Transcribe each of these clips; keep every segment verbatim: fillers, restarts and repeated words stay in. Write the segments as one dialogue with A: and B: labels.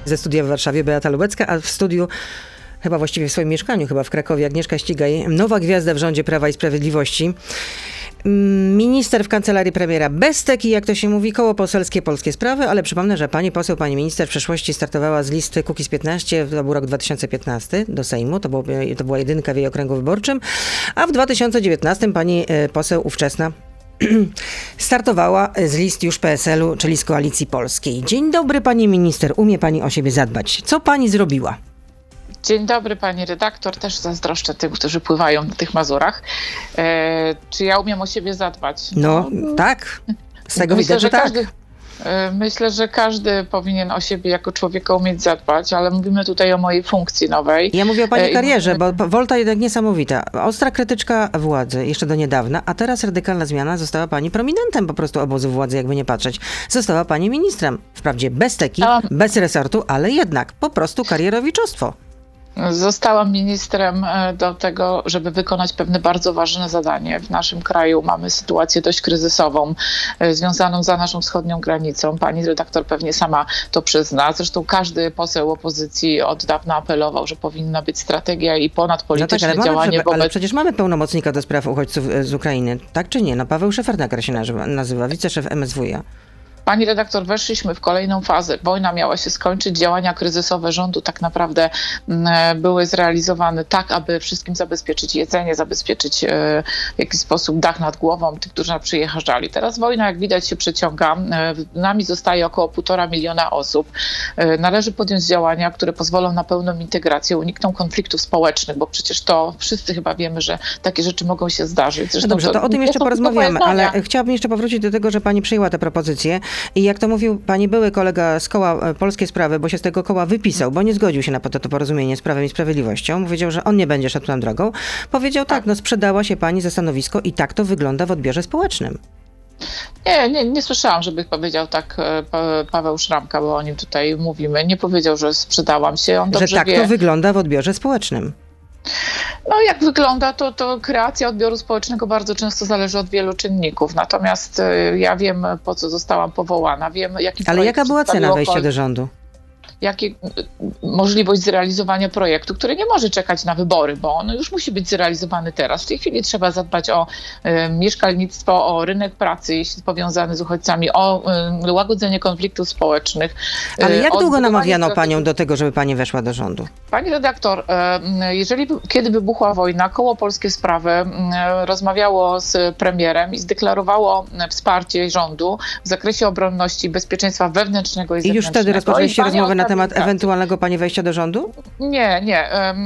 A: Ze studia w Warszawie Beata Lubecka, a w studiu, chyba właściwie w swoim mieszkaniu, chyba w Krakowie, Agnieszka Ścigaj, nowa gwiazda w rządzie Prawa i Sprawiedliwości. Minister w kancelarii premiera Bestek i, jak to się mówi, koło poselskie Polskie Sprawy, ale przypomnę, że pani poseł, pani minister w przeszłości startowała z listy Kukiz piętnaście, to był rok dwa tysiące piętnasty, do Sejmu, to, było, to była jedynka w jej okręgu wyborczym, a w dwa tysiące dziewiętnastym pani poseł ówczesna startowała z list już P S L u, czyli z Koalicji Polskiej. Dzień dobry, pani minister, umie pani o siebie zadbać. Co pani zrobiła?
B: Dzień dobry, pani redaktor. Też zazdroszczę tym, którzy pływają na tych Mazurach. E, czy ja umiem o siebie zadbać?
A: No, no tak. Z tego
B: myślę,
A: widać, że, że tak.
B: Każdy, e, myślę, że każdy powinien o siebie jako człowieka umieć zadbać, ale mówimy tutaj o mojej funkcji nowej.
A: Ja mówię o pani
B: e,
A: karierze,
B: mówimy...
A: bo Wolta jednak niesamowita. Ostra krytyczka władzy jeszcze do niedawna, a teraz radykalna zmiana. Została pani prominentem po prostu obozu władzy, jakby nie patrzeć. Została pani ministrem. Wprawdzie bez teki, a... bez resortu, ale jednak po prostu karierowiczostwo.
B: Zostałam ministrem do tego, żeby wykonać pewne bardzo ważne zadanie. W naszym kraju mamy sytuację dość kryzysową, związaną za naszą wschodnią granicą. Pani redaktor pewnie sama to przyzna. Zresztą każdy poseł opozycji od dawna apelował, że powinna być strategia i ponadpolityczne
A: no tak, ale
B: działanie
A: mamy,
B: wobec...
A: Ale przecież mamy pełnomocnika do spraw uchodźców z Ukrainy. Tak czy nie? No Paweł Szefernaker się nazywa, nazywa wiceszef M S W iA.
B: Pani redaktor, weszliśmy w kolejną fazę. Wojna miała się skończyć, działania kryzysowe rządu tak naprawdę były zrealizowane tak, aby wszystkim zabezpieczyć jedzenie, zabezpieczyć w jakiś sposób dach nad głową tych, którzy przyjeżdżali. Teraz wojna, jak widać, się przeciąga. Nami zostaje około półtora miliona osób. Należy podjąć działania, które pozwolą na pełną integrację, unikną konfliktów społecznych, bo przecież to wszyscy chyba wiemy, że takie rzeczy mogą się zdarzyć. Zresztą
A: Dobrze, to, to o tym jeszcze porozmawiamy, ale chciałabym jeszcze powrócić do tego, że pani przyjęła tę propozycję. I jak to mówił pani były kolega z koła Polskie Sprawy, bo się z tego koła wypisał, bo nie zgodził się na to, to porozumienie z Prawem i Sprawiedliwością, powiedział, że on nie będzie szedł tą drogą, powiedział tak, no sprzedała się pani za stanowisko i tak to wygląda w odbiorze społecznym.
B: Nie, nie, nie słyszałam, żeby powiedział tak Paweł Szramka, bo o nim tutaj mówimy. Nie powiedział, że sprzedałam się. On dobrze
A: że tak
B: wie.
A: To wygląda w odbiorze społecznym.
B: No jak wygląda, to, to kreacja odbioru społecznego bardzo często zależy od wielu czynników. Natomiast y, ja wiem, po co zostałam powołana. Wiem, jaki
A: Ale jaka była cena wejścia do rządu?
B: Jakie, możliwość zrealizowania projektu, który nie może czekać na wybory, bo on już musi być zrealizowany teraz. W tej chwili trzeba zadbać o y, mieszkalnictwo, o rynek pracy, jeśli powiązany z uchodźcami, o y, łagodzenie konfliktów społecznych.
A: Ale jak
B: y,
A: długo namawiano
B: strategii...
A: panią do tego, żeby pani weszła do rządu?
B: Pani redaktor, y, jeżeli kiedy wybuchła wojna, koło Polskie Sprawy y, rozmawiało z premierem i zdeklarowało wsparcie rządu w zakresie obronności i bezpieczeństwa wewnętrznego i zewnętrznego.
A: I już wtedy rozpoczęliście rozmowę na temat ewentualnego pani wejścia do rządu?
B: Nie, nie.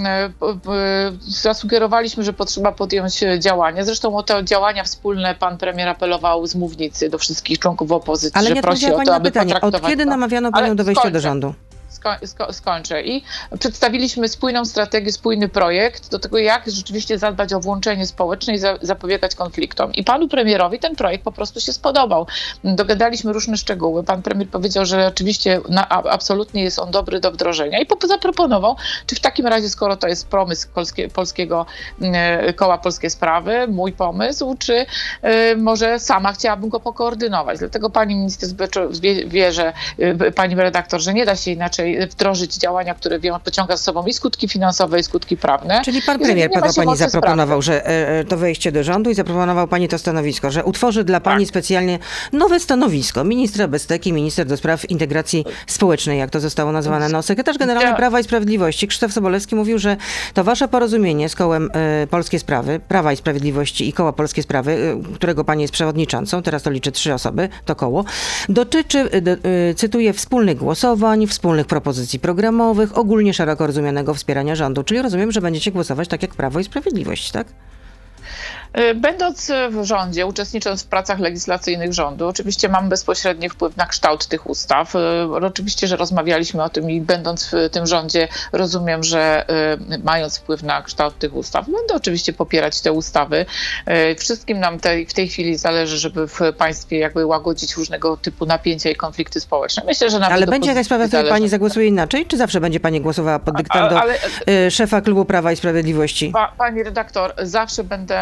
B: Zasugerowaliśmy, że potrzeba podjąć działania. Zresztą o te działania wspólne pan premier apelował z mównicy do wszystkich członków opozycji,
A: ale
B: że
A: nie
B: prosi o to, aby
A: pytanie.
B: potraktować
A: Od kiedy
B: to.
A: namawiano panią
B: Ale
A: do wejścia
B: skończę.
A: do rządu?
B: Sko- skończę. I przedstawiliśmy spójną strategię, spójny projekt do tego, jak rzeczywiście zadbać o włączenie społeczne i za- zapobiegać konfliktom. I panu premierowi ten projekt po prostu się spodobał. Dogadaliśmy różne szczegóły. Pan premier powiedział, że oczywiście na, a, absolutnie jest on dobry do wdrożenia i po- zaproponował, czy w takim razie, skoro to jest pomysł polskie, polskiego e, koła Polskie Sprawy, mój pomysł, czy e, może sama chciałabym go pokoordynować. Dlatego pani minister wie, wie że e, pani redaktor, że nie da się inaczej wdrożyć działania, które pociąga z sobą i skutki finansowe, i skutki prawne.
A: Czyli pan premier to pani zaproponował, że e, to wejście do rządu i zaproponował pani to stanowisko, że utworzy dla pani tak. specjalnie nowe stanowisko ministra Besteki, minister do spraw integracji społecznej, jak to zostało nazwane. No, sekretarz generalny ja. Prawa i Sprawiedliwości Krzysztof Sobolewski mówił, że to wasze porozumienie z kołem e, Polskie Sprawy, Prawa i Sprawiedliwości i koła Polskie Sprawy, e, którego pani jest przewodniczącą, teraz to liczy trzy osoby, to koło, dotyczy, do, e, cytuję, wspólnych głosowań, wspólnych propozycji programowych, ogólnie szeroko rozumianego wspierania rządu. Czyli rozumiem, że będziecie głosować tak jak Prawo i Sprawiedliwość, tak?
B: Będąc w rządzie, uczestnicząc w pracach legislacyjnych rządu, oczywiście mam bezpośredni wpływ na kształt tych ustaw. Oczywiście, że rozmawialiśmy o tym i będąc w tym rządzie rozumiem, że mając wpływ na kształt tych ustaw, będę oczywiście popierać te ustawy. Wszystkim nam tej, w tej chwili zależy, żeby w państwie jakby łagodzić różnego typu napięcia i konflikty społeczne. Myślę, że nawet
A: Ale będzie jakaś sprawa, w której pani zagłosuje inaczej? Czy zawsze będzie pani głosowała pod dyktando ale, szefa klubu Prawa i Sprawiedliwości?
B: Pa, pani redaktor, zawsze będę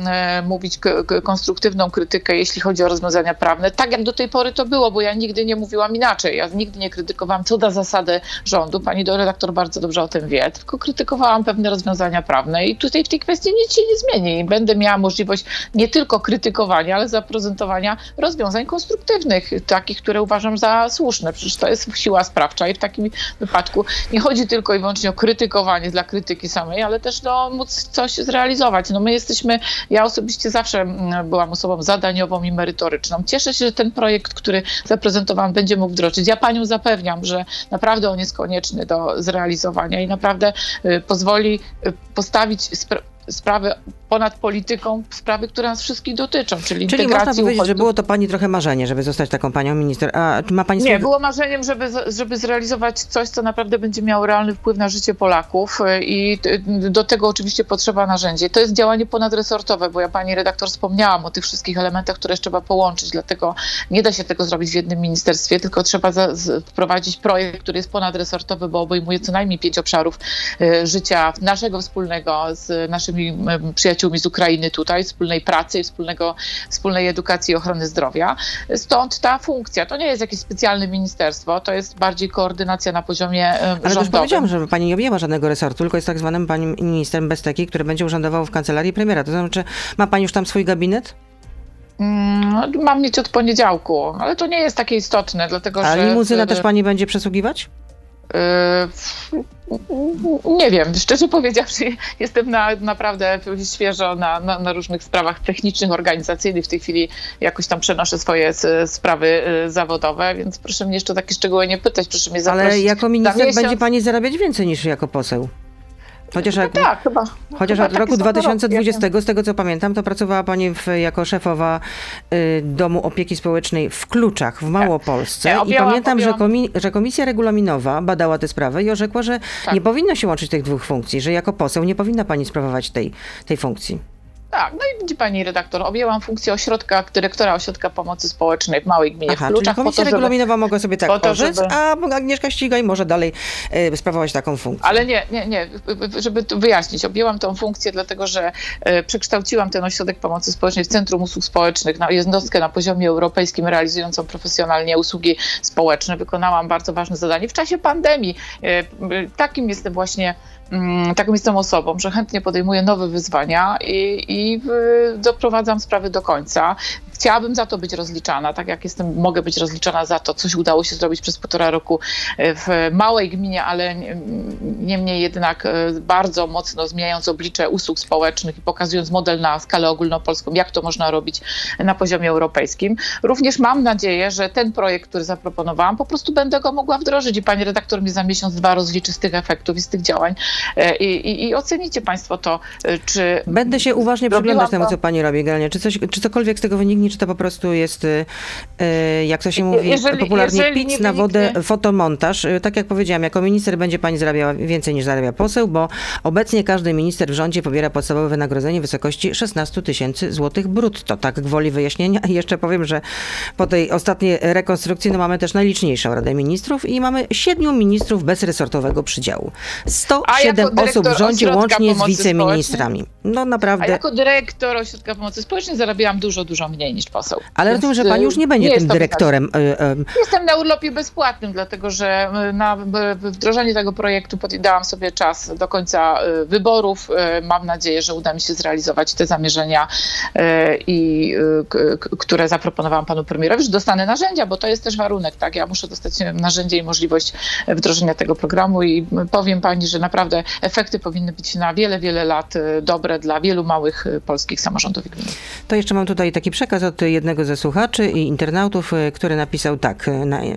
B: e, mówić k- k- konstruktywną krytykę, jeśli chodzi o rozwiązania prawne, tak jak do tej pory to było, bo ja nigdy nie mówiłam inaczej. Ja nigdy nie krytykowałam co da zasady rządu. Pani redaktor bardzo dobrze o tym wie, tylko krytykowałam pewne rozwiązania prawne i tutaj w tej kwestii nic się nie zmieni. Będę miała możliwość nie tylko krytykowania, ale zaprezentowania rozwiązań konstruktywnych, takich, które uważam za słuszne. Przecież to jest siła sprawcza i w takim wypadku nie chodzi tylko i wyłącznie o krytykowanie dla krytyki samej, ale też no, móc coś zrealizować. No my jesteśmy, ja osobiście zawsze byłam osobą zadaniową i merytoryczną. Cieszę się, że ten projekt, który zaprezentowałam, będzie mógł wdrożyć. Ja panią zapewniam, że naprawdę on jest konieczny do zrealizowania i naprawdę y, pozwoli y, postawić spra- sprawy ponad polityką, sprawy, które nas wszystkich dotyczą, czyli,
A: Czyli
B: integracji
A: można powiedzieć,
B: uchodźców.
A: że było to pani trochę marzenie, żeby zostać taką panią minister. A ma pani
B: Nie,
A: swój...
B: było marzeniem, żeby, żeby zrealizować coś, co naprawdę będzie miało realny wpływ na życie Polaków i do tego oczywiście potrzeba narzędzi. To jest działanie ponadresortowe, bo ja pani redaktor wspomniałam o tych wszystkich elementach, które trzeba połączyć, dlatego nie da się tego zrobić w jednym ministerstwie, tylko trzeba za, z, wprowadzić projekt, który jest ponadresortowy, bo obejmuje co najmniej pięć obszarów y, życia naszego wspólnego z naszymi y, przyjaciółmi z Ukrainy tutaj, wspólnej pracy, wspólnego, wspólnej edukacji i ochrony zdrowia. Stąd ta funkcja. To nie jest jakieś specjalne ministerstwo, to jest bardziej koordynacja na poziomie y,
A: Ale
B: rządowym.
A: też powiedziałam, że pani nie objęła żadnego resortu, tylko jest tak zwanym pani ministrem Besteki, który będzie urzędował w kancelarii premiera. To znaczy, czy ma pani już tam swój gabinet?
B: Mm, mam mieć od poniedziałku, ale to nie jest takie istotne, dlatego
A: A
B: że...
A: limuzyna
B: y,
A: też pani będzie przesługiwać?
B: Yy, nie wiem, szczerze powiedziawszy, jestem na, naprawdę świeżo na, na, na różnych sprawach technicznych, organizacyjnych. W tej chwili jakoś tam przenoszę swoje s, sprawy y, zawodowe, więc proszę mnie jeszcze o takie szczegóły nie pytać, proszę mnie zaprosić.
A: Ale jako minister
B: miesiąc.
A: będzie pani zarabiać więcej niż jako poseł. Chociaż,
B: No
A: jak,
B: tak, chyba.
A: chociaż
B: chyba
A: od
B: taki
A: roku
B: są
A: dwa tysiące
B: dorobki,
A: dwudziestego, z tego co pamiętam, to pracowała pani w, jako szefowa y, Domu Opieki Społecznej w Kluczach, w Małopolsce.
B: Ja objęłam,
A: I pamiętam,
B: objęłam.
A: Że, komi- że komisja regulaminowa badała tę sprawę i orzekła, że
B: Tak.
A: nie powinno się łączyć tych dwóch funkcji, że jako poseł nie powinna pani sprawować tej, tej funkcji.
B: Tak, no i widzi pani redaktor, objęłam funkcję ośrodka, dyrektora Ośrodka Pomocy Społecznej w Małej Gminie
A: Aha,
B: w Kluczach.
A: czyli komisja
B: po to, żeby,
A: regulaminowa mogła sobie tak
B: po to,
A: orzec,
B: żeby-
A: a Agnieszka Ścigaj może dalej y, sprawować taką funkcję.
B: Ale nie, nie, nie, żeby to wyjaśnić, objęłam tą funkcję, dlatego że e, przekształciłam ten Ośrodek Pomocy Społecznej w Centrum Usług Społecznych, na jednostkę na poziomie europejskim realizującą profesjonalnie usługi społeczne. Wykonałam bardzo ważne zadanie w czasie pandemii. E, e, takim jestem właśnie mm, taką jestem osobą, że chętnie podejmuję nowe wyzwania i, i w, doprowadzam sprawy do końca. Chciałabym za to być rozliczana, tak jak jestem, mogę być rozliczana za to, coś udało się zrobić przez półtora roku w małej gminie, ale niemniej jednak bardzo mocno zmieniając oblicze usług społecznych i pokazując model na skalę ogólnopolską, jak to można robić na poziomie europejskim. Również mam nadzieję, że ten projekt, który zaproponowałam, po prostu będę go mogła wdrożyć i pani redaktor mnie za miesiąc, dwa rozliczy z tych efektów i z tych działań i, i, i ocenicie państwo to, czy...
A: Będę się uważnie
B: Robiłam
A: przyglądać temu,
B: to.
A: co pani robi, generalnie. Czy, coś, czy cokolwiek z tego wyniknie, czy to po prostu jest, y, y, jak to się mówi
B: Jeżeli-
A: popularnie,
B: jeżeli
A: pic
B: nie
A: na wodę,
B: wyniknie-
A: fotomontaż. Y, Tak jak powiedziałam, jako minister będzie pani zarabiała więcej niż zarabia poseł, bo obecnie każdy minister w rządzie pobiera podstawowe wynagrodzenie w wysokości szesnaście tysięcy złotych brutto. Tak gwoli wyjaśnienia. I jeszcze powiem, że po tej ostatniej rekonstrukcji no, mamy też najliczniejszą Radę Ministrów i mamy siedmiu ministrów bezresortowego przydziału. sto siedem
B: A jako
A: osób w
B: dyrektor
A: rządzie
B: Ośrodka
A: łącznie z
B: Pomocy
A: wiceministrami. No
B: A
A: naprawdę.
B: jako dyrektor Ośrodka Pomocy Społecznej zarabiałam dużo, dużo mniej niż poseł.
A: Ale
B: Więc,
A: rozumiem, że pani już nie będzie
B: nie
A: tym
B: jest to
A: dyrektorem. y, y,
B: Jestem na urlopie bezpłatnym, dlatego że na wdrożenie tego projektu dałam sobie czas do końca wyborów. Mam nadzieję, że uda mi się zrealizować te zamierzenia, i, które zaproponowałam panu premierowi, że dostanę narzędzia, bo to jest też warunek, tak? Ja muszę dostać narzędzie i możliwość wdrożenia tego programu i powiem pani, że naprawdę efekty powinny być na wiele, wiele lat dobre dla wielu małych polskich samorządów i gmin.
A: To jeszcze mam tutaj taki przekaz od jednego ze słuchaczy i internautów, y, który napisał tak y, na,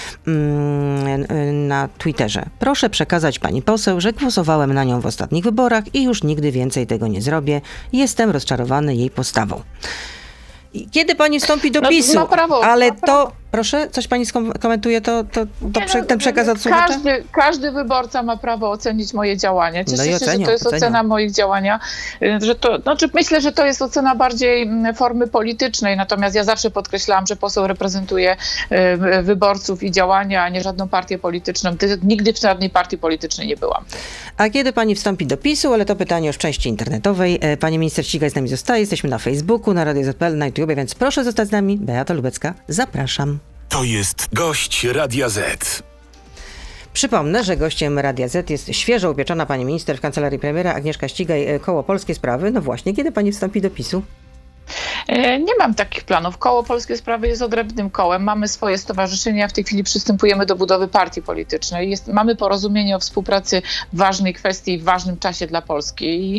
A: mm, na Twitterze. Proszę przekazać pani poseł, że głosowałem na nią w ostatnich wyborach i już nigdy więcej tego nie zrobię. Jestem rozczarowany jej postawą. I kiedy pani wstąpi do
B: No,
A: PiSu?
B: ma prawo,
A: ale
B: ma
A: to
B: prawo.
A: Proszę, coś pani skomentuje to, to, to
B: Nie,
A: prze,
B: no,
A: ten przekaz od słuchacza?
B: Każdy, każdy wyborca ma prawo ocenić moje działania. Cieszę
A: No i
B: się,
A: ocenią,
B: że to jest
A: ocenią.
B: ocena moich działania. Że to, znaczy myślę, że to jest ocena bardziej formy politycznej, natomiast ja zawsze podkreślałam, że poseł reprezentuje wyborców i działania, a nie żadną partię polityczną. Nigdy w żadnej partii politycznej nie byłam.
A: A kiedy pani wstąpi do PiSu, ale to pytanie już w części internetowej. Pani minister Ścigaj z nami zostaje. Jesteśmy na Facebooku, na Radio Z P L, na YouTubie, więc proszę zostać z nami. Beata Lubecka, zapraszam.
C: To jest gość Radia Z.
A: Przypomnę, że gościem Radia Z jest świeżo upieczona pani minister w kancelarii premiera Agnieszka Ścigaj, Koło Polskie Sprawy. No właśnie, kiedy pani wstąpi do PiSu?
B: Nie mam takich planów. Koło Polskie Sprawy jest odrębnym kołem. Mamy swoje stowarzyszenia. W tej chwili przystępujemy do budowy partii politycznej. Jest, mamy porozumienie o współpracy w ważnej kwestii, w ważnym czasie dla Polski. I,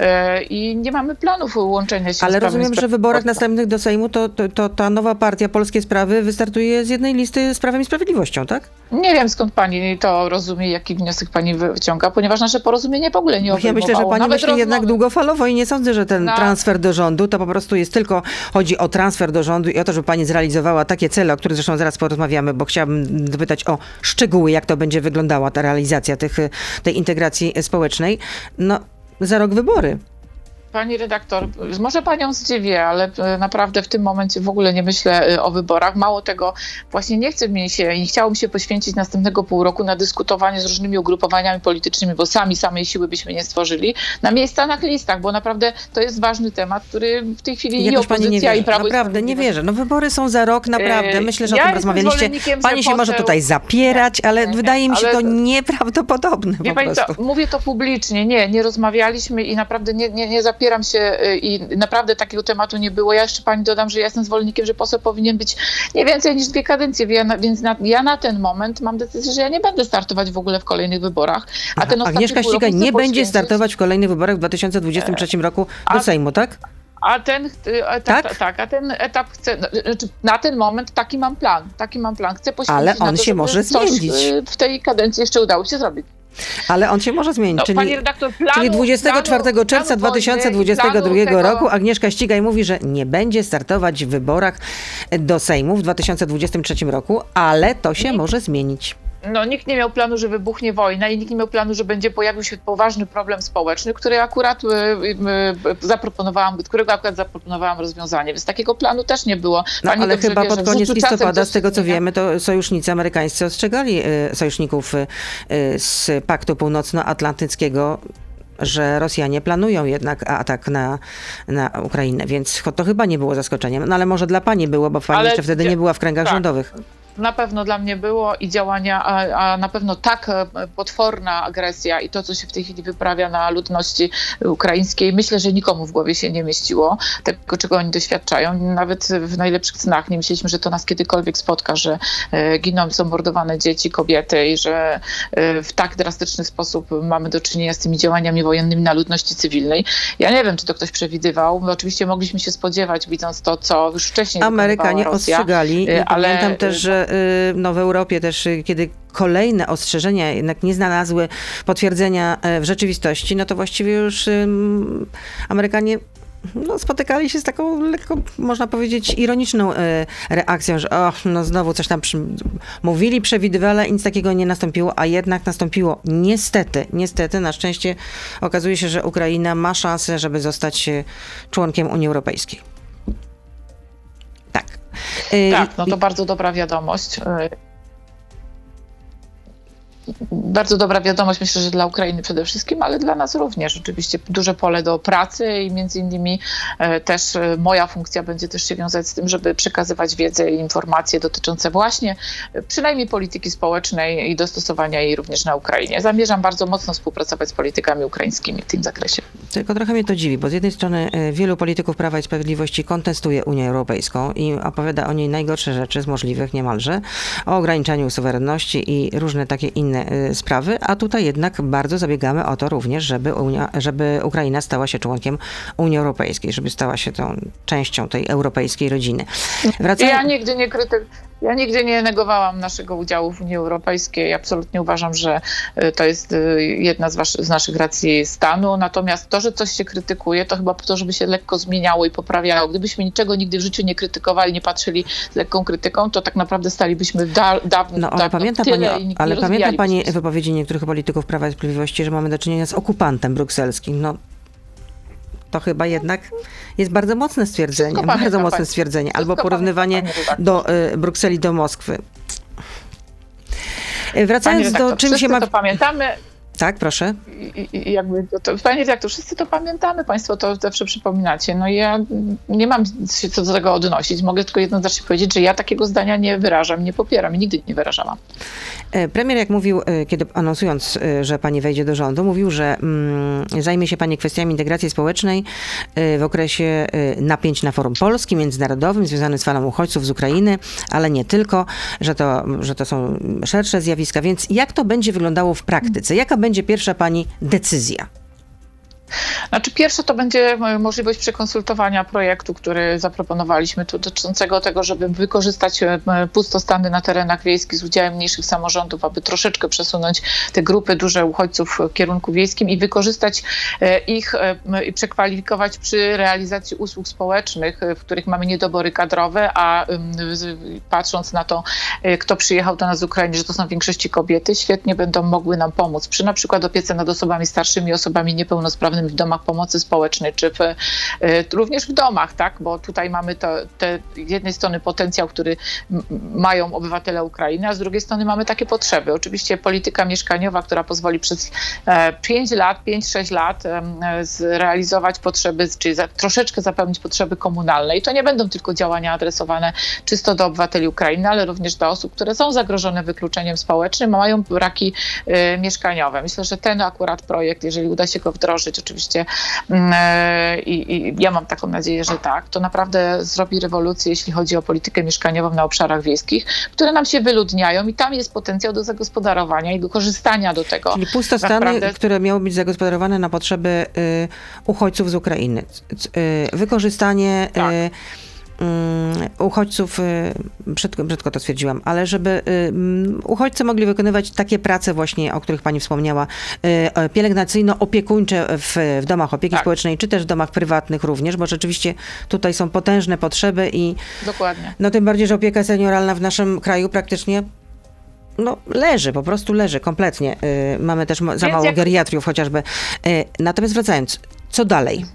B: i nie mamy planów łączenia się
A: Ale
B: z
A: rozumiem, że w wyborach następnych do Sejmu to, to, to ta nowa partia Polskie Sprawy wystartuje z jednej listy z Prawem i Sprawiedliwością, tak?
B: Nie wiem, skąd pani to rozumie, jaki wniosek pani wyciąga, ponieważ nasze porozumienie w ogóle nie obejmowało.
A: Ja myślę, że pani
B: Nawet
A: myśli
B: rozmowy.
A: jednak długofalowo i nie sądzę, że ten
B: Na...
A: transfer do rządu to po prostu jest tylko, chodzi o transfer do rządu i o to, żeby pani zrealizowała takie cele, o których zresztą zaraz porozmawiamy, bo chciałabym dopytać o szczegóły, jak to będzie wyglądała ta realizacja tych, tej integracji społecznej. No, za rok wybory.
B: Pani redaktor, może panią zdziwię, ale naprawdę w tym momencie w ogóle nie myślę o wyborach. Mało tego, właśnie nie chcę mi się i nie chciałabym się poświęcić następnego pół roku na dyskutowanie z różnymi ugrupowaniami politycznymi, bo sami samej siły byśmy nie stworzyli, na miejsca na listach, bo naprawdę to jest ważny temat, który w tej chwili i opozycja, i Prawo i
A: Naprawdę nie wierzę. No wybory są za rok, naprawdę. Myślę, że
B: ja
A: o tym rozmawialiście. Pani się
B: poseł...
A: może tutaj zapierać, ale
B: nie,
A: wydaje mi się
B: ale...
A: to nieprawdopodobne
B: Wie
A: po
B: pani
A: prostu.
B: co, mówię to publicznie. Nie, nie rozmawialiśmy i naprawdę nie, nie, nie zapieram się i naprawdę takiego tematu nie było. Ja jeszcze pani dodam, że ja jestem zwolennikiem, że poseł powinien być nie więcej niż dwie kadencje, więc na, ja na ten moment mam decyzję, że ja nie będę startować w ogóle w kolejnych wyborach. A ten
A: Agnieszka Ścigaj nie będzie startować w kolejnych wyborach w dwa tysiące dwudziestym trzecim roku do
B: A,
A: Sejmu, tak?
B: A ten etap,
A: tak?
B: tak, a ten etap chcę, znaczy na ten moment taki mam plan, taki mam plan. Chcę poświęcić
A: Ale on
B: na to,
A: się może
B: coś
A: zmienić.
B: w tej kadencji jeszcze udało się zrobić.
A: Ale on się może zmienić,
B: No,
A: czyli,
B: pani redaktor, planu,
A: czyli dwudziestego czwartego czerwca dwa tysiące dwudziestego drugiego
B: tego...
A: roku Agnieszka Ścigaj mówi, że nie będzie startować w wyborach do Sejmu w dwa tysiące dwudziestym trzecim roku, ale to się
B: Nikt,
A: może zmienić.
B: No, nikt nie miał planu, że wybuchnie wojna i nikt nie miał planu, że będzie pojawił się poważny problem społeczny, który akurat y, y, zaproponowałam, którego akurat zaproponowałam rozwiązanie, więc takiego planu też nie było.
A: No,
B: Pani
A: ale chyba
B: wie,
A: pod
B: że
A: koniec listopada, z tego co
B: zmienia.
A: wiemy, to sojusznicy amerykańscy ostrzegali y, sojuszników y, z Paktu Północnoatlantyckiego, że Rosjanie planują jednak atak na, na Ukrainę, więc to chyba nie było zaskoczeniem. No ale może dla pani było, bo pani
B: ale
A: jeszcze wtedy nie była w kręgach
B: tak.
A: rządowych.
B: Na pewno dla mnie było i działania, a, a na pewno tak potworna agresja i to, co się w tej chwili wyprawia na ludności ukraińskiej, myślę, że nikomu w głowie się nie mieściło tego, czego oni doświadczają. Nawet w najlepszych snach nie myśleliśmy, że to nas kiedykolwiek spotka, że e, giną, są mordowane dzieci, kobiety i że e, w tak drastyczny sposób mamy do czynienia z tymi działaniami wojennymi na ludności cywilnej. Ja nie wiem, czy to ktoś przewidywał. My oczywiście mogliśmy się spodziewać, widząc to, co już wcześniej
A: Amerykanie
B: Rosja,
A: ostrzegali. I
B: ale
A: pamiętam też, że no w Europie też, kiedy kolejne ostrzeżenia jednak nie znalazły potwierdzenia w rzeczywistości, no to właściwie już um, Amerykanie no, spotykali się z taką lekko, można powiedzieć, ironiczną e, reakcją, że o, no znowu coś tam przy... mówili, przewidywali, ale nic takiego nie nastąpiło, a jednak nastąpiło. Niestety, niestety, na szczęście okazuje się, że Ukraina ma szansę, żeby zostać członkiem Unii Europejskiej. Tak.
B: Tak, no to bardzo dobra wiadomość. Bardzo dobra wiadomość, myślę, że dla Ukrainy przede wszystkim, ale dla nas również. Oczywiście duże pole do pracy i między innymi też moja funkcja będzie też się wiązać z tym, żeby przekazywać wiedzę i informacje dotyczące właśnie przynajmniej polityki społecznej i dostosowania jej również na Ukrainie. Zamierzam bardzo mocno współpracować z politykami ukraińskimi w tym zakresie.
A: Tylko trochę mnie to dziwi, bo z jednej strony wielu polityków Prawa i Sprawiedliwości kontestuje Unię Europejską i opowiada o niej najgorsze rzeczy z możliwych niemalże, o ograniczaniu suwerenności i różne takie inne inne y, sprawy, a tutaj jednak bardzo zabiegamy o to również, żeby, Unia, żeby Ukraina stała się członkiem Unii Europejskiej, żeby stała się tą częścią tej europejskiej rodziny. Wracając...
B: Ja nigdy nie krytykuję. Ja nigdy nie negowałam naszego udziału w Unii Europejskiej. Absolutnie uważam, że to jest jedna z, wasz, z naszych racji stanu. Natomiast to, że coś się krytykuje, to chyba po to, żeby się lekko zmieniało i poprawiało. Gdybyśmy niczego nigdy w życiu nie krytykowali, nie patrzyli z lekką krytyką, to tak naprawdę stalibyśmy da, dawno,
A: no, ale
B: dawno
A: pamięta
B: tyle
A: pani,
B: i nikt
A: ale
B: nie
A: pamięta pani
B: rozwijalibyśmy.
A: wypowiedzi niektórych polityków Prawa i Sprawiedliwości, że mamy do czynienia z okupantem brukselskim. No, to chyba jednak jest bardzo mocne stwierdzenie,
B: Wszystko
A: bardzo
B: pamiętam,
A: mocne
B: pani.
A: stwierdzenie,
B: Wszystko
A: albo porównywanie
B: pamiętam, pani
A: do y, Brukseli do Moskwy. Y, Wracając
B: Panie
A: do
B: redaktor,
A: czym się ma...
B: to pamiętamy.
A: Tak, proszę.
B: I, i jakby to, to, panie redaktor, wszyscy to pamiętamy, państwo to zawsze przypominacie. No i ja nie mam się co do tego odnosić. Mogę tylko jednoznacznie powiedzieć, że ja takiego zdania nie wyrażam, nie popieram i nigdy nie wyrażałam.
A: Premier, jak mówił, kiedy anonsując, że pani wejdzie do rządu, mówił, że mm, zajmie się pani kwestiami integracji społecznej w okresie napięć na forum polskim, międzynarodowym, związanym z falą uchodźców z Ukrainy, ale nie tylko, że to, że to są szersze zjawiska. Więc jak to będzie wyglądało w praktyce? Jaka będzie pierwsza pani decyzja?
B: Znaczy pierwsze to będzie możliwość przekonsultowania projektu, który zaproponowaliśmy tu, dotyczącego tego, żeby wykorzystać pustostany na terenach wiejskich z udziałem mniejszych samorządów, aby troszeczkę przesunąć te grupy duże uchodźców w kierunku wiejskim i wykorzystać ich i przekwalifikować przy realizacji usług społecznych, w których mamy niedobory kadrowe, a patrząc na to, kto przyjechał do nas z Ukrainy, że to są w większości kobiety, świetnie będą mogły nam pomóc przy na przykład opiece nad osobami starszymi, osobami niepełnosprawnymi w domach pomocy społecznej, czy w, również w domach, tak? Bo tutaj mamy to, te, z jednej strony potencjał, który m- mają obywatele Ukrainy, a z drugiej strony mamy takie potrzeby. Oczywiście polityka mieszkaniowa, która pozwoli przez e, pięć lat, pięć sześć lat e, zrealizować potrzeby, czyli za, troszeczkę zapełnić potrzeby komunalne. I to nie będą tylko działania adresowane czysto do obywateli Ukrainy, ale również do osób, które są zagrożone wykluczeniem społecznym, a mają braki e, mieszkaniowe. Myślę, że ten akurat projekt, jeżeli uda się go wdrożyć, oczywiście i, i ja mam taką nadzieję, że tak, to naprawdę zrobi rewolucję, jeśli chodzi o politykę mieszkaniową na obszarach wiejskich, które nam się wyludniają i tam jest potencjał do zagospodarowania i do korzystania do tego.
A: Czyli pustostany,
B: naprawdę...
A: które miały być zagospodarowane na potrzeby y, uchodźców z Ukrainy. Y, wykorzystanie
B: tak.
A: y, uchodźców, brzydko, brzydko to stwierdziłam, ale żeby uchodźcy mogli wykonywać takie prace właśnie, o których pani wspomniała, pielęgnacyjno-opiekuńcze w, w domach opieki
B: tak.
A: społecznej, czy też w domach prywatnych również, bo rzeczywiście tutaj są potężne potrzeby i
B: Dokładnie.
A: No tym bardziej, że opieka senioralna w naszym kraju praktycznie no, leży, po prostu leży kompletnie. Mamy też za mało
B: jak...
A: geriatriów chociażby. Natomiast wracając, co dalej?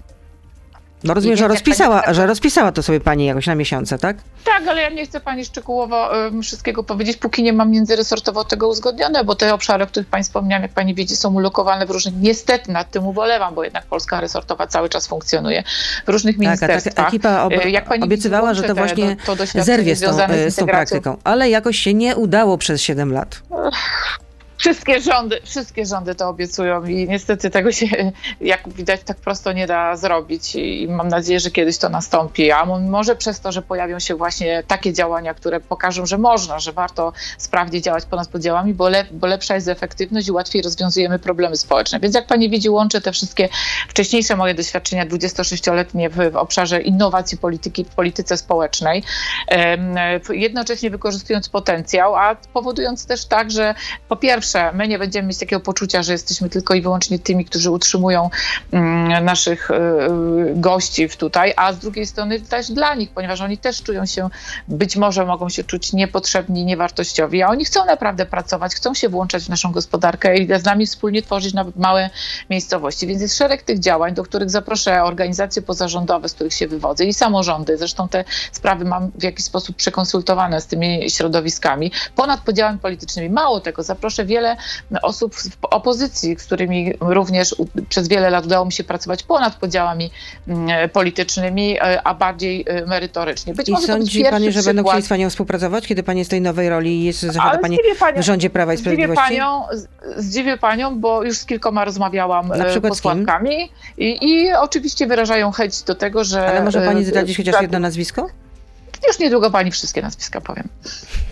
A: Bo rozumiem, że
B: jak
A: rozpisała,
B: pani...
A: że rozpisała to sobie pani jakoś na miesiące, tak?
B: Tak, ale ja nie chcę pani szczegółowo um, wszystkiego powiedzieć, póki nie mam międzyresortowo tego uzgodnione, bo te obszary, o których pani wspomniałam, jak pani widzi, są ulokowane w różnych, niestety nad tym ubolewam, bo jednak Polska resortowa cały czas funkcjonuje w różnych ministerstwach.
A: Tak, a ekipa ob-
B: jak pani
A: obiecywała,
B: widzi,
A: że to właśnie
B: to, to
A: zerwie z tą,
B: z,
A: z tą praktyką, ale jakoś się nie udało przez siedem lat.
B: Wszystkie rządy, wszystkie rządy to obiecują i niestety tego się, jak widać, tak prosto nie da zrobić i mam nadzieję, że kiedyś to nastąpi, a może przez to, że pojawią się właśnie takie działania, które pokażą, że można, że warto sprawnie działać ponad podziałami, bo, le, bo lepsza jest efektywność i łatwiej rozwiązujemy problemy społeczne. Więc jak pani widzi, łączę te wszystkie wcześniejsze moje doświadczenia dwudziestosześcioletnie w, w obszarze innowacji polityki, w polityce społecznej, jednocześnie wykorzystując potencjał, a powodując też tak, że po pierwsze my nie będziemy mieć takiego poczucia, że jesteśmy tylko i wyłącznie tymi, którzy utrzymują mm, naszych y, gości w tutaj, a z drugiej strony też dla nich, ponieważ oni też czują się, być może mogą się czuć niepotrzebni, niewartościowi, a oni chcą naprawdę pracować, chcą się włączać w naszą gospodarkę i z nami wspólnie tworzyć nawet małe miejscowości. Więc jest szereg tych działań, do których zaproszę organizacje pozarządowe, z których się wywodzę i samorządy. Zresztą te sprawy mam w jakiś sposób przekonsultowane z tymi środowiskami, ponad podziałami politycznymi. Mało tego, zaproszę wiele osób w opozycji, z którymi również przez wiele lat udało mi się pracować ponad podziałami politycznymi, a bardziej merytorycznie. Być
A: I
B: może
A: sądzi pani, że będą chcieli z panią współpracować, kiedy pani jest w tej nowej roli i jest zasiada pani
B: panią,
A: w rządzie Prawa i Sprawiedliwości?
B: Zdziwię panią, zdziwię panią, bo już z kilkoma rozmawiałam
A: Na przykład
B: posłankami i, i oczywiście wyrażają chęć do tego, że...
A: Ale może pani zdradzić chociaż jedno nazwisko?
B: Już niedługo pani wszystkie nazwiska powiem.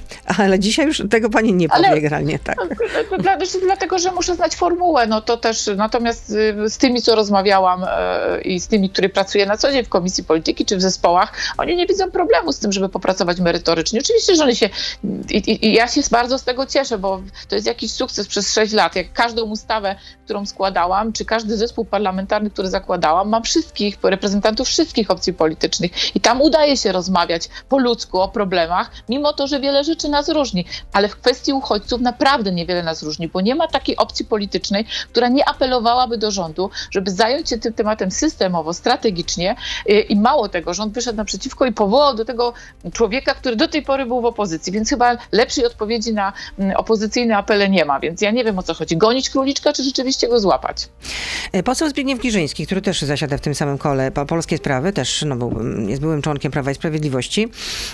A: Ale dzisiaj już tego pani nie powie Ale... generalnie, tak.
B: Dla, dlatego, że muszę znać formułę, no to też, natomiast z tymi, co rozmawiałam i z tymi, którzy pracuję na co dzień w Komisji Polityki czy w zespołach, oni nie widzą problemu z tym, żeby popracować merytorycznie. Oczywiście, że oni się, i, i, i ja się bardzo z tego cieszę, bo to jest jakiś sukces przez sześć lat. Jak każdą ustawę, którą składałam, czy każdy zespół parlamentarny, który zakładałam, mam wszystkich reprezentantów wszystkich opcji politycznych i tam udaje się rozmawiać po ludzku o problemach, mimo to, że wiele rzeczy nas różni. Ale w kwestii uchodźców naprawdę niewiele nas różni, bo nie ma takiej opcji politycznej, która nie apelowałaby do rządu, żeby zająć się tym tematem systemowo, strategicznie i mało tego, rząd wyszedł naprzeciwko i powołał do tego człowieka, który do tej pory był w opozycji, więc chyba lepszej odpowiedzi na opozycyjne apele nie ma, więc ja nie wiem, o co chodzi. Gonić króliczka, czy rzeczywiście go złapać?
A: Poseł Zbigniew Girzyński, który też zasiada w tym samym kole Polskie Sprawy, też no, był, jest byłym członkiem Prawa i Sprawiedliwości,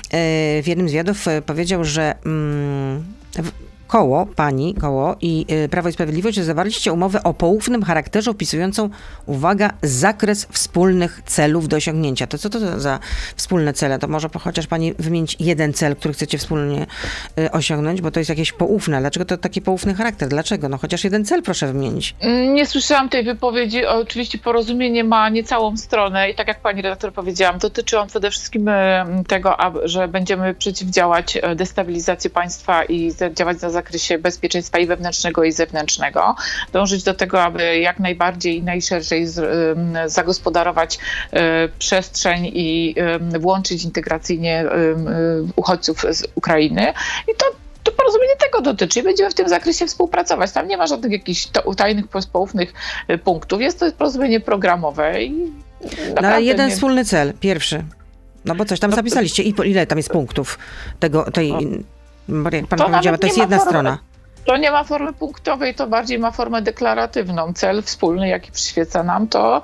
A: w jednym z wywiadów powiedział, że mm, koło, pani, koło i Prawo i Sprawiedliwość zawarliście umowę o poufnym charakterze opisującą, uwaga, zakres wspólnych celów do osiągnięcia. To co to za wspólne cele? To może chociaż pani wymienić jeden cel, który chcecie wspólnie osiągnąć, bo to jest jakieś poufne. Dlaczego to taki poufny charakter? Dlaczego? No chociaż jeden cel proszę wymienić.
B: Nie słyszałam tej wypowiedzi. Oczywiście porozumienie ma niecałą stronę i tak jak pani redaktor powiedziałam, dotyczy on przede wszystkim tego, że będziemy przeciwdziałać destabilizacji państwa i działać na zakresie bezpieczeństwa i wewnętrznego, i zewnętrznego. Dążyć do tego, aby jak najbardziej i najszerzej z, zagospodarować y, przestrzeń i y, włączyć integracyjnie y, y, uchodźców z Ukrainy. I to To porozumienie tego dotyczy i będziemy w tym zakresie współpracować. Tam nie ma żadnych jakichś tajnych, poufnych punktów. Jest to porozumienie programowe. I
A: no, ale jeden nie... wspólny cel, pierwszy. No bo coś tam no, zapisaliście. I ile tam jest punktów tego, tej... No. Jak pan powiedziała, to jest jedna formy, strona.
B: To nie ma formy punktowej, to bardziej ma formę deklaratywną. Cel wspólny, jaki przyświeca nam, to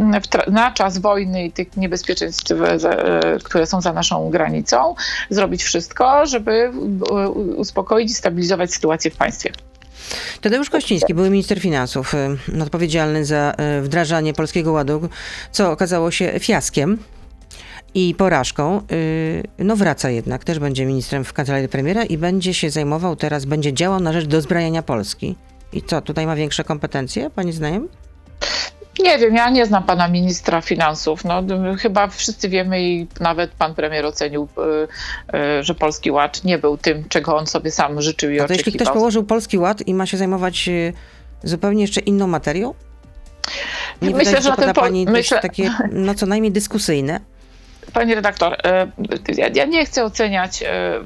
B: na czas wojny i tych niebezpieczeństw, które są za naszą granicą, zrobić wszystko, żeby uspokoić i stabilizować sytuację w państwie.
A: Tadeusz Kościński, były minister finansów, odpowiedzialny za wdrażanie Polskiego Ładu, co okazało się fiaskiem i porażką, no wraca jednak, też będzie ministrem w kancelarii premiera i będzie się zajmował teraz, będzie działał na rzecz dozbrajania Polski. I co, tutaj ma większe kompetencje, pani zdaniem?
B: Nie wiem, ja nie znam pana ministra finansów. No, chyba wszyscy wiemy i nawet pan premier ocenił, że Polski Ład nie był tym, czego on sobie sam życzył i
A: to
B: oczekiwał.
A: Jeśli ktoś położył Polski Ład i ma się zajmować zupełnie jeszcze inną materią? Nie
B: myślę,
A: wydaje,
B: że ten po...
A: pani
B: myślę...
A: takie, no co najmniej dyskusyjne?
B: Pani redaktor, ja, ja nie chcę oceniać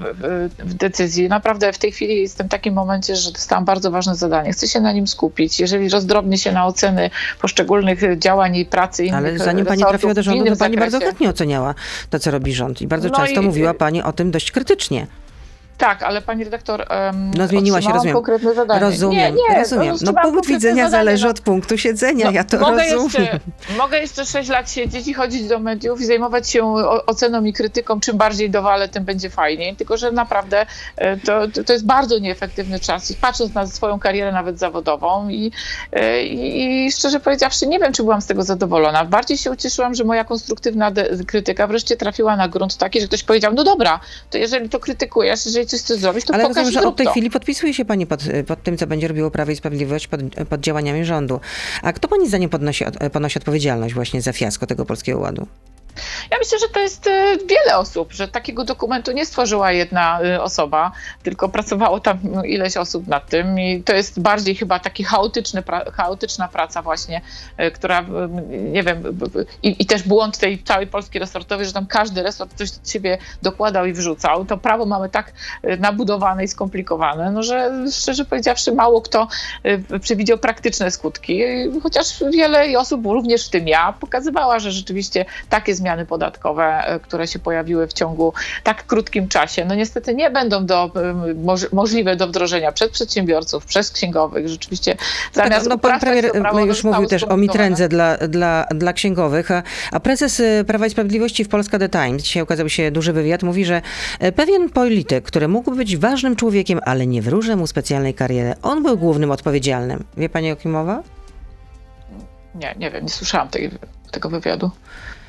B: w decyzji. Naprawdę w tej chwili jestem w takim momencie, że dostałam bardzo ważne zadanie. Chcę się na nim skupić. Jeżeli rozdrobnię się na oceny poszczególnych działań i pracy innych
A: Ale zanim pani trafiła do rządu, to pani bardzo chętnie oceniała to, co robi rząd. I bardzo no często i... mówiła pani o tym dość krytycznie.
B: Tak, ale pani redaktor, um,
A: no zmieniła się, rozumiem.
B: konkretne zadanie.
A: Rozumiem,
B: nie, nie,
A: rozumiem. No punkt widzenia zadanie, zależy no. od punktu siedzenia, no, ja to
B: mogę
A: rozumiem.
B: Jeszcze, mogę jeszcze sześć lat siedzieć i chodzić do mediów i zajmować się oceną i krytyką. Czym bardziej dowalę, tym będzie fajniej. Tylko, że naprawdę to, to jest bardzo nieefektywny czas. I patrząc na swoją karierę nawet zawodową i, i, i szczerze powiedziawszy, nie wiem, czy byłam z tego zadowolona. Bardziej się ucieszyłam, że moja konstruktywna de- krytyka wreszcie trafiła na grunt taki, że ktoś powiedział, no dobra, to jeżeli to krytykujesz, jeżeli coś chcesz zrobić, to
A: ale
B: pokaż,
A: rozumiem, że od tej
B: to.
A: chwili podpisuje się pani pod, pod tym, co będzie robiło Prawo i Sprawiedliwość pod, pod działaniami rządu. A kto pani zdaniem podnosi, ponosi odpowiedzialność właśnie za fiasko tego Polskiego Ładu?
B: Ja myślę, że to jest wiele osób, że takiego dokumentu nie stworzyła jedna osoba, tylko pracowało tam ileś osób nad tym i to jest bardziej chyba taki chaotyczny, chaotyczna praca właśnie, która, nie wiem, i, i też błąd tej całej Polski resortowej, że tam każdy resort coś od siebie dokładał i wrzucał. To prawo mamy tak nabudowane i skomplikowane, no że szczerze powiedziawszy mało kto przewidział praktyczne skutki, chociaż wiele osób, również w tym ja, pokazywała, że rzeczywiście takie zmiany podatkowe, które się pojawiły w ciągu tak krótkim czasie, no niestety nie będą do, moż, możliwe do wdrożenia przez przedsiębiorców, przez księgowych. Rzeczywiście zamiast
A: tak, no, pan premier już mówił też o mitrędze dla, dla, dla księgowych, a, a prezes Prawa i Sprawiedliwości w Polska The Times, dzisiaj ukazał się duży wywiad, mówi, że pewien polityk, który mógł być ważnym człowiekiem, ale nie wróżę mu specjalnej kariery, on był głównym odpowiedzialnym. Wie pani, o kim mowa?
B: Nie, nie wiem, nie słyszałam tej, tego wywiadu.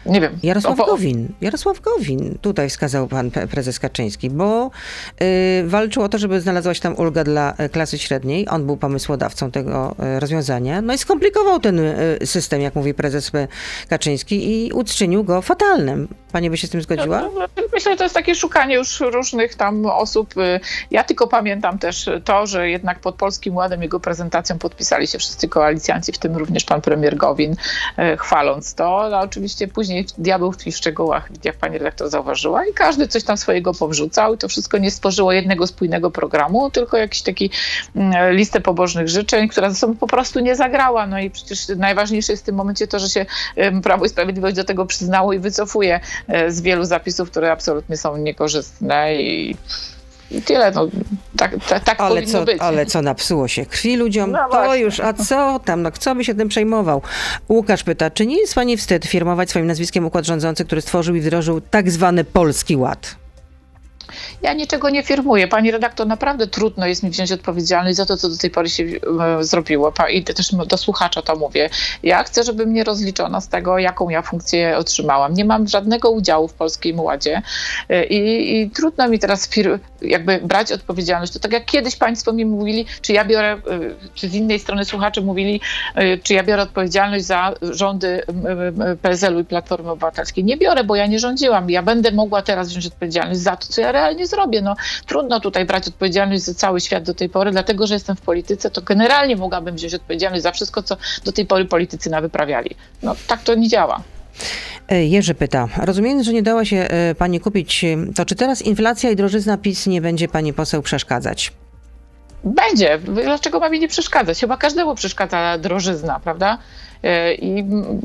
B: nie wiem.
A: Jarosław
B: o,
A: Gowin. Jarosław Gowin. Tutaj wskazał pan prezes Kaczyński, bo y, walczył o to, żeby znalazła się tam ulga dla klasy średniej. On był pomysłodawcą tego y, rozwiązania. No i skomplikował ten y, system, jak mówi prezes Kaczyński i uczynił go fatalnym. Pani by się z tym zgodziła?
B: No, myślę, że to jest takie szukanie już różnych tam osób. Ja tylko pamiętam też to, że jednak pod Polskim Ładem, jego prezentacją podpisali się wszyscy koalicjanci, w tym również pan premier Gowin, chwaląc to. No, oczywiście później diabeł tkwi w szczegółach, jak pani redaktor zauważyła, i każdy coś tam swojego powrzucał i to wszystko nie stworzyło jednego spójnego programu, tylko jakiś taki listę pobożnych życzeń, która ze sobą po prostu nie zagrała. No i przecież najważniejsze jest w tym momencie to, że się Prawo i Sprawiedliwość do tego przyznało i wycofuje z wielu zapisów, które absolutnie są niekorzystne i I tyle, no, tak, tak, tak
A: ale
B: powinno
A: co,
B: być.
A: Ale co napsuło się krwi ludziom,
B: No
A: to
B: właśnie.
A: już, a co tam, no kto by się tym przejmował? Łukasz pyta, czy nie jest pani wstyd firmować swoim nazwiskiem układ rządzący, który stworzył i wdrożył tak zwany Polski Ład?
B: Ja niczego nie firmuję. Pani redaktor, naprawdę trudno jest mi wziąć odpowiedzialność za to, co do tej pory się e, zrobiło. Pa, I też do słuchacza to mówię. Ja chcę, żeby mnie rozliczono z tego, jaką ja funkcję otrzymałam. Nie mam żadnego udziału w Polskim Ładzie e, i, i trudno mi teraz fir- jakby brać odpowiedzialność. To tak jak kiedyś państwo mi mówili, czy ja biorę, e, czy z innej strony słuchacze mówili, e, czy ja biorę odpowiedzialność za rządy e, P S L u i Platformy Obywatelskiej. Nie biorę, bo ja nie rządziłam. Ja będę mogła teraz wziąć odpowiedzialność za to, co ja realnie zrobię. No, trudno tutaj brać odpowiedzialność za cały świat do tej pory, dlatego że jestem w polityce, to generalnie mogłabym wziąć odpowiedzialność za wszystko, co do tej pory politycy nawyprawiali. No tak to nie działa.
A: Jerzy pyta, rozumiejąc, że nie dała się pani kupić, to czy teraz inflacja i drożyzna PiS nie będzie pani poseł przeszkadzać?
B: Będzie. Dlaczego ma mi nie przeszkadzać? Chyba każdemu przeszkadza drożyzna, prawda? I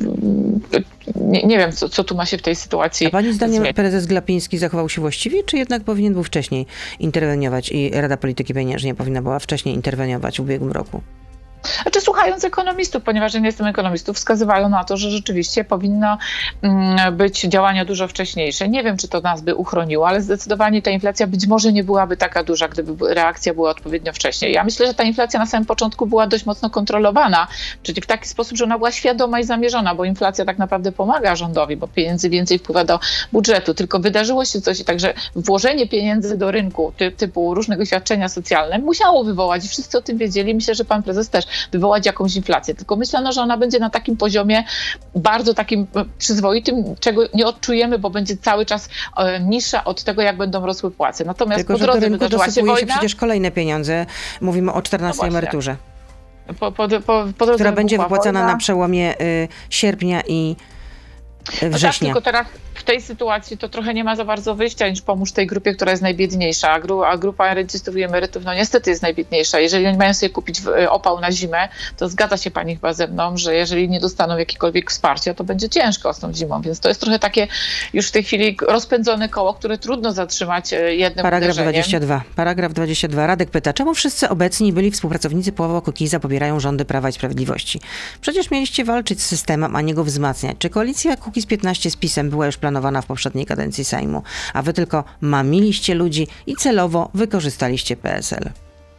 B: nie, nie wiem, co, co tu ma się w tej sytuacji
A: A pani zdaniem
B: zmienić.
A: prezes Glapiński zachował się właściwie, czy jednak powinien był wcześniej interweniować i Rada Polityki Pieniężnej powinna była wcześniej interweniować w ubiegłym roku?
B: Znaczy, słuchając ekonomistów, ponieważ ja nie jestem ekonomistów, wskazywają na to, że rzeczywiście powinno mm, być działania dużo wcześniejsze. Nie wiem, czy to nas by uchroniło, ale zdecydowanie ta inflacja być może nie byłaby taka duża, gdyby reakcja była odpowiednio wcześniej. Ja myślę, że ta inflacja na samym początku była dość mocno kontrolowana, czyli w taki sposób, że ona była świadoma i zamierzona, bo inflacja tak naprawdę pomaga rządowi, bo pieniędzy więcej wpływa do budżetu. Tylko wydarzyło się coś i także włożenie pieniędzy do rynku ty, typu różnego świadczenia socjalne musiało wywołać, i wszyscy o tym wiedzieli, myślę, że pan prezes też, wywołać jakąś inflację. Tylko myślano, że ona będzie na takim poziomie bardzo takim przyzwoitym, czego nie odczujemy, bo będzie cały czas e, niższa od tego, jak będą rosły płace. Natomiast
A: Tylko,
B: po
A: że do
B: drodze
A: rynku
B: wydarzyła się
A: dosypuje się
B: wojna,
A: przecież kolejne pieniądze. Mówimy o czternastej
B: No właśnie.
A: emeryturze,
B: po, po, po, po drodze
A: która będzie
B: wybuchła
A: wypłacana
B: wojna.
A: na przełomie y, sierpnia i y,
B: No tak,
A: września.
B: tylko teraz w tej sytuacji to trochę nie ma za bardzo wyjścia niż pomóż tej grupie, która jest najbiedniejsza, a, gru, a grupa rencistów i emerytów no niestety jest najbiedniejsza. Jeżeli oni mają sobie kupić opał na zimę, to zgadza się pani chyba ze mną, że jeżeli nie dostaną jakiegokolwiek wsparcia, to będzie ciężko z tą zimą, więc to jest trochę takie już w tej chwili rozpędzone koło, które trudno zatrzymać jednym
A: Paragraf
B: uderzeniem.
A: dwadzieścia dwa. Paragraf dwadzieścia dwa. Radek pyta, czemu wszyscy obecni byli współpracownicy Pawła Kukiza popierają rządy Prawa i Sprawiedliwości? Przecież mieliście walczyć z systemem, a nie go wzmacniać. Czy koalicja Kukiz piętnaście z PiS-em była już planowana w poprzedniej kadencji Sejmu, a wy tylko mamiliście ludzi i celowo wykorzystaliście P S L?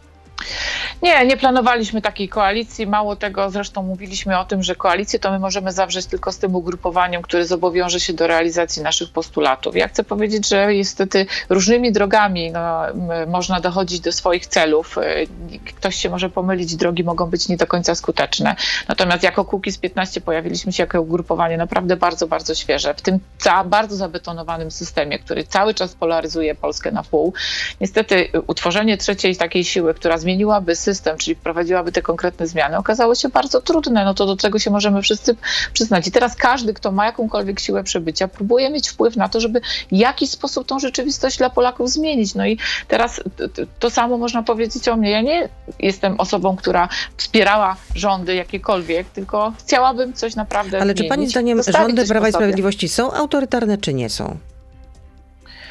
B: Nie, nie planowaliśmy takiej koalicji. Mało tego, zresztą mówiliśmy o tym, że koalicję to my możemy zawrzeć tylko z tym ugrupowaniem, które zobowiąże się do realizacji naszych postulatów. Ja chcę powiedzieć, że niestety różnymi drogami no, można dochodzić do swoich celów. Ktoś się może pomylić, drogi mogą być nie do końca skuteczne. Natomiast jako Kukiz piętnaście pojawiliśmy się jako ugrupowanie naprawdę bardzo, bardzo świeże. W tym za, bardzo zabetonowanym systemie, który cały czas polaryzuje Polskę na pół. Niestety utworzenie trzeciej takiej siły, która zmieniłaby system, czyli wprowadziłaby te konkretne zmiany, okazało się bardzo trudne. No to do czego się możemy wszyscy przyznać. I teraz każdy, kto ma jakąkolwiek siłę przebycia, próbuje mieć wpływ na to, żeby w jakiś sposób tą rzeczywistość dla Polaków zmienić. No i teraz to, to samo można powiedzieć o mnie. Ja nie jestem osobą, która wspierała rządy jakiekolwiek, tylko chciałabym coś naprawdę
A: Ale
B: zmienić.
A: czy pani zdaniem
B: Zostawić
A: rządy
B: coś
A: Prawa
B: po
A: i
B: sobie.
A: Sprawiedliwości są autorytarne, czy nie są?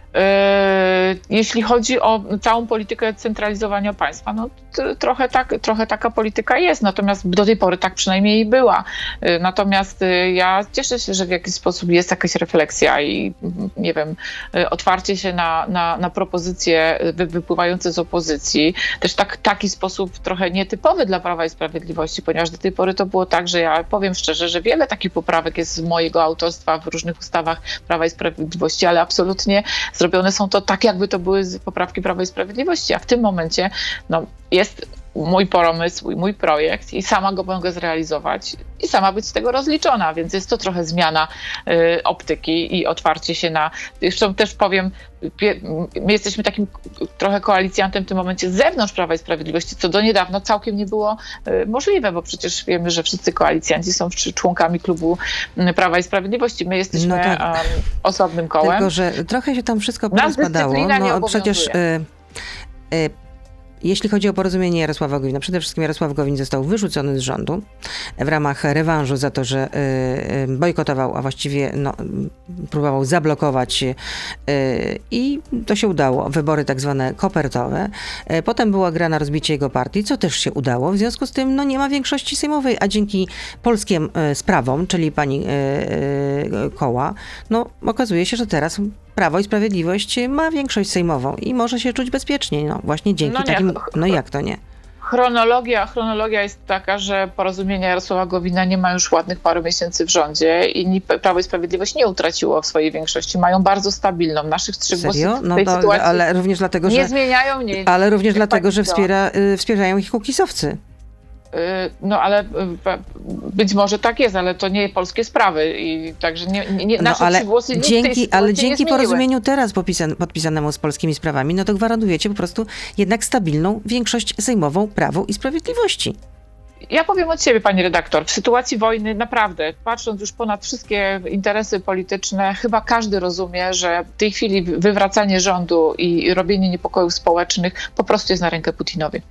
B: Jeśli chodzi o całą politykę centralizowania państwa, no t- trochę, tak, trochę taka polityka jest, natomiast do tej pory tak przynajmniej była. Natomiast ja cieszę się, że w jakiś sposób jest jakaś refleksja i nie wiem, otwarcie się na, na, na propozycje wy- wypływające z opozycji. Też tak, taki sposób trochę nietypowy dla Prawa i Sprawiedliwości, ponieważ do tej pory to było tak, że ja powiem szczerze, że wiele takich poprawek jest z mojego autorstwa w różnych ustawach Prawa i Sprawiedliwości, ale absolutnie zrobione są to tak, jakby to były poprawki Prawa i Sprawiedliwości, a w tym momencie no, jest mój pomysł, mój projekt i sama go mogę zrealizować i sama być z tego rozliczona, więc jest to trochę zmiana y, optyki i otwarcie się na... Zresztą też powiem, my jesteśmy takim trochę koalicjantem w tym momencie z zewnątrz Prawa i Sprawiedliwości, co do niedawna całkiem nie było y, możliwe, bo przecież wiemy, że wszyscy koalicjanci są członkami klubu Prawa i Sprawiedliwości. My jesteśmy no tak, um, osobnym kołem.
A: Tylko, że trochę się tam wszystko porozpadało. No przecież... Y, y, Jeśli chodzi o porozumienie Jarosława Gowina, przede wszystkim Jarosław Gowin został wyrzucony z rządu w ramach rewanżu za to, że y, bojkotował, a właściwie no, próbował zablokować y, i to się udało. Wybory tak zwane kopertowe. Y, potem była gra na rozbicie jego partii, co też się udało. W związku z tym no, nie ma większości sejmowej, a dzięki polskim y, sprawom, czyli pani y, y, Koła, no okazuje się, że teraz Prawo i Sprawiedliwość ma większość sejmową i może się czuć bezpiecznie. No właśnie dzięki
B: no nie,
A: takim... No jak to nie?
B: Chronologia, chronologia jest taka, że porozumienia Jarosława Gowina nie ma już ładnych paru miesięcy w rządzie i Prawo i Sprawiedliwość nie utraciło w swojej większości. Mają bardzo stabilną. Naszych trzech
A: Serio?
B: głosów w
A: no
B: tej
A: to,
B: sytuacji
A: ale również dlatego, że,
B: nie zmieniają nic.
A: Ale również dlatego, że wspiera, y, wspierają ich kukisowcy.
B: No ale być może tak jest, ale to nie polskie sprawy i także nie, nie nasze
A: no, ale
B: głosy nic
A: dzięki,
B: w tej
A: ale dzięki
B: nie
A: porozumieniu teraz podpisan, podpisanemu z polskimi sprawami, no to gwarantujecie po prostu jednak stabilną większość sejmową Prawu i Sprawiedliwości.
B: Ja powiem od siebie, pani redaktor, w sytuacji wojny naprawdę, patrząc już ponad wszystkie interesy polityczne, chyba każdy rozumie, że w tej chwili wywracanie rządu i robienie niepokojów społecznych po prostu jest na rękę Putinowi.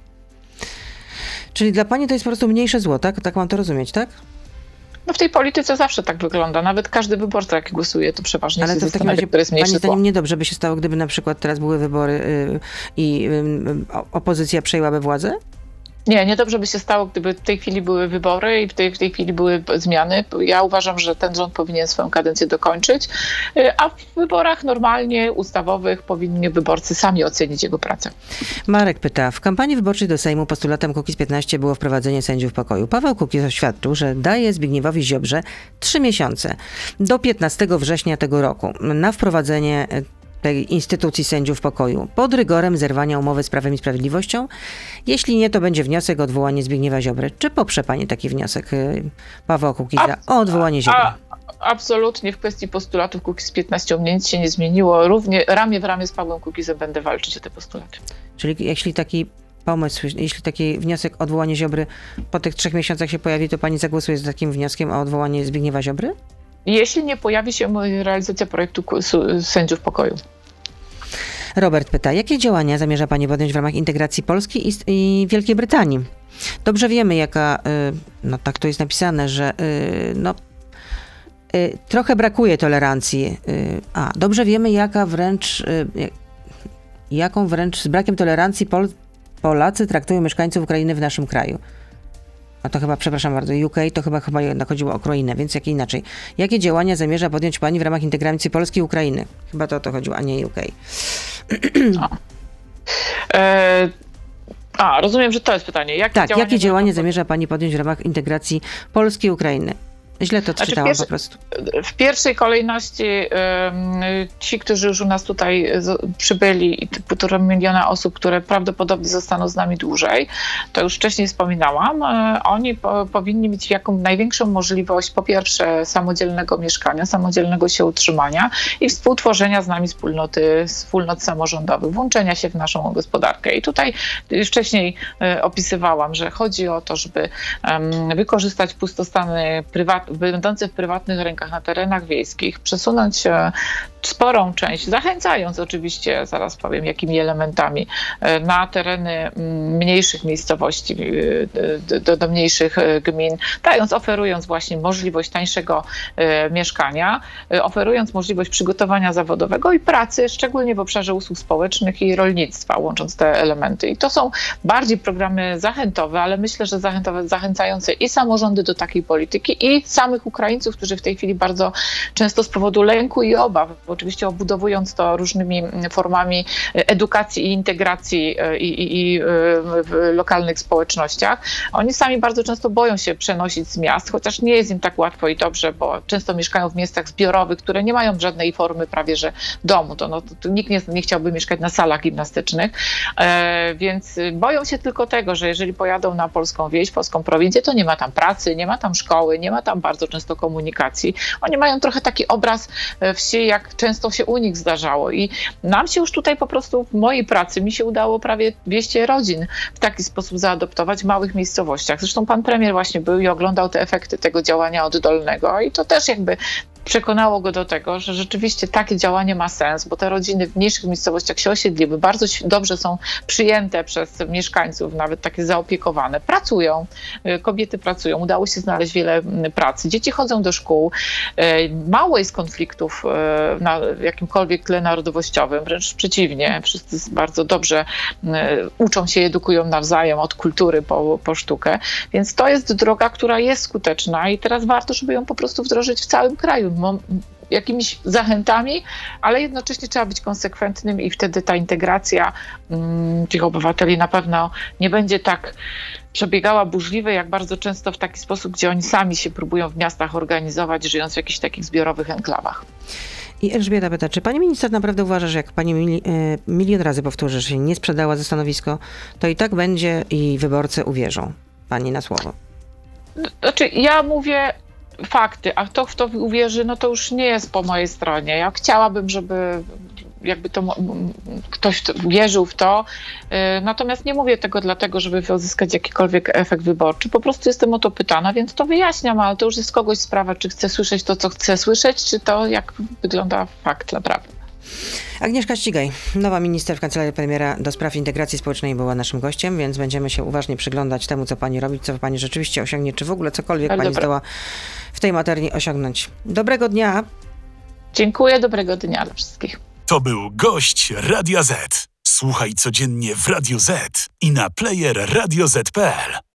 A: Czyli dla pani to jest po prostu mniejsze zło, tak? Tak mam to rozumieć, tak?
B: No w tej polityce zawsze tak wygląda. Nawet każdy wyborca, jaki głosuje, to przeważnie
A: ale
B: jest
A: to w takim razie,
B: który jest mniejsze
A: pani
B: zło.
A: zdaniem niedobrze by się stało, gdyby na przykład teraz były wybory yy, i yy, opozycja przejęłaby władzę?
B: Nie, niedobrze by się stało, gdyby w tej chwili były wybory i w tej, w tej chwili były zmiany. Ja uważam, że ten rząd powinien swoją kadencję dokończyć, a w wyborach normalnie ustawowych powinni wyborcy sami ocenić jego pracę.
A: Marek pyta, w kampanii wyborczej do Sejmu postulatem Kukiz piętnaście było wprowadzenie sędziów pokoju. Paweł Kukiz oświadczył, że daje Zbigniewowi Ziobrze trzy miesiące do piętnastego września tego roku na wprowadzenie tej instytucji sędziów pokoju pod rygorem zerwania umowy z Prawem i Sprawiedliwością. Jeśli nie, to będzie wniosek o odwołanie Zbigniewa Ziobry. Czy poprze pani taki wniosek Pawła Kukiza o odwołanie Ziobry?
B: A, absolutnie w kwestii postulatów Kukiz piętnaście u mnie nic się nie zmieniło. Równie ramię w ramię z Pawłem Kukizem będę walczyć o te postulaty.
A: Czyli jeśli taki pomysł, jeśli taki wniosek o odwołanie Ziobry po tych trzech miesiącach się pojawi, to pani zagłosuje z takim wnioskiem o odwołanie Zbigniewa Ziobry?
B: Jeśli nie pojawi się realizacja projektu sędziów pokoju.
A: Robert pyta, jakie działania zamierza pani podjąć w ramach integracji Polski i, i Wielkiej Brytanii? Dobrze wiemy, jaka, no tak to jest napisane, że no, trochę brakuje tolerancji. A, dobrze wiemy, jaka wręcz, jaką wręcz z brakiem tolerancji Pol, Polacy traktują mieszkańców Ukrainy w naszym kraju. A to chyba, przepraszam bardzo, U K to chyba, chyba jednak chodziło o Ukrainę, więc jak inaczej. Jakie działania zamierza podjąć pani w ramach integracji Polski i Ukrainy? Chyba to o to chodziło, a nie U K.
B: A, e, a rozumiem, że to jest pytanie. Jakie
A: tak,
B: działania
A: jakie działania zamierza pani podjąć w ramach integracji Polski i Ukrainy? Źle to
B: znaczy,
A: czytałam
B: pierwszy,
A: po prostu.
B: W pierwszej kolejności um, ci, którzy już u nas tutaj z, przybyli, półtora miliona osób, które prawdopodobnie zostaną z nami dłużej, to już wcześniej wspominałam, e, oni po, powinni mieć jaką największą możliwość, po pierwsze, samodzielnego mieszkania, samodzielnego się utrzymania i współtworzenia z nami wspólnoty, wspólnot samorządowych, włączenia się w naszą gospodarkę. I tutaj wcześniej e, opisywałam, że chodzi o to, żeby um, wykorzystać pustostany prywatne, będące w prywatnych rękach na terenach wiejskich, przesunąć sporą część, zachęcając oczywiście, zaraz powiem jakimi elementami, na tereny mniejszych miejscowości, do, do mniejszych gmin, dając, oferując właśnie możliwość tańszego mieszkania, oferując możliwość przygotowania zawodowego i pracy, szczególnie w obszarze usług społecznych i rolnictwa, łącząc te elementy. I to są bardziej programy zachętowe, ale myślę, że zachętowe, zachęcające i samorządy do takiej polityki, i samych Ukraińców, którzy w tej chwili bardzo często z powodu lęku i obaw, oczywiście obudowując to różnymi formami edukacji i integracji i, i, i w lokalnych społecznościach, oni sami bardzo często boją się przenosić z miast, chociaż nie jest im tak łatwo i dobrze, bo często mieszkają w miejscach zbiorowych, które nie mają żadnej formy prawie że domu. To, no, to nikt nie, nie chciałby mieszkać na salach gimnastycznych, e, więc boją się tylko tego, że jeżeli pojadą na polską wieś, polską prowincję, to nie ma tam pracy, nie ma tam szkoły, nie ma tam bardzo często komunikacji. Oni mają trochę taki obraz wsi, jak często się u nich zdarzało, i nam się już tutaj po prostu w mojej pracy mi się udało prawie dwieście rodzin w taki sposób zaadoptować w małych miejscowościach. Zresztą pan premier właśnie był i oglądał te efekty tego działania oddolnego i to też jakby przekonało go do tego, że rzeczywiście takie działanie ma sens, bo te rodziny w mniejszych miejscowościach się osiedliły, bardzo dobrze są przyjęte przez mieszkańców, nawet takie zaopiekowane. Pracują, kobiety pracują, udało się znaleźć wiele pracy, dzieci chodzą do szkół, mało jest konfliktów na jakimkolwiek tle narodowościowym, wręcz przeciwnie, wszyscy bardzo dobrze uczą się, edukują nawzajem od kultury po, po sztukę, więc to jest droga, która jest skuteczna i teraz warto, żeby ją po prostu wdrożyć w całym kraju, jakimiś zachętami, ale jednocześnie trzeba być konsekwentnym i wtedy ta integracja mm, tych obywateli na pewno nie będzie tak przebiegała burzliwie, jak bardzo często w taki sposób, gdzie oni sami się próbują w miastach organizować, żyjąc w jakichś takich zbiorowych enklawach.
A: I Elżbieta pyta, czy pani minister naprawdę uważa, że jak pani mili, milion razy powtórzy, że się nie sprzedała za stanowisko, to i tak będzie i wyborcy uwierzą pani na słowo?
B: Znaczy, ja mówię fakty, a kto w to uwierzy, no to już nie jest po mojej stronie. Ja chciałabym, żeby jakby to ktoś wierzył w to, natomiast nie mówię tego dlatego, żeby uzyskać jakikolwiek efekt wyborczy. Po prostu jestem o to pytana, więc to wyjaśniam, ale to już jest kogoś sprawa, czy chce słyszeć to, co chce słyszeć, czy to, jak wygląda fakt naprawdę.
A: Agnieszka Ścigaj, nowa minister w Kancelarii Premiera do spraw integracji społecznej, była naszym gościem, więc będziemy się uważnie przyglądać temu, co pani robi, co pani rzeczywiście osiągnie, czy w ogóle cokolwiek pani zdoła w tej materii osiągnąć. Dobrego dnia.
B: Dziękuję, dobrego dnia dla wszystkich.
C: To był gość Radia Z. Słuchaj codziennie w Radio Z i na player radio zet kropka pe el.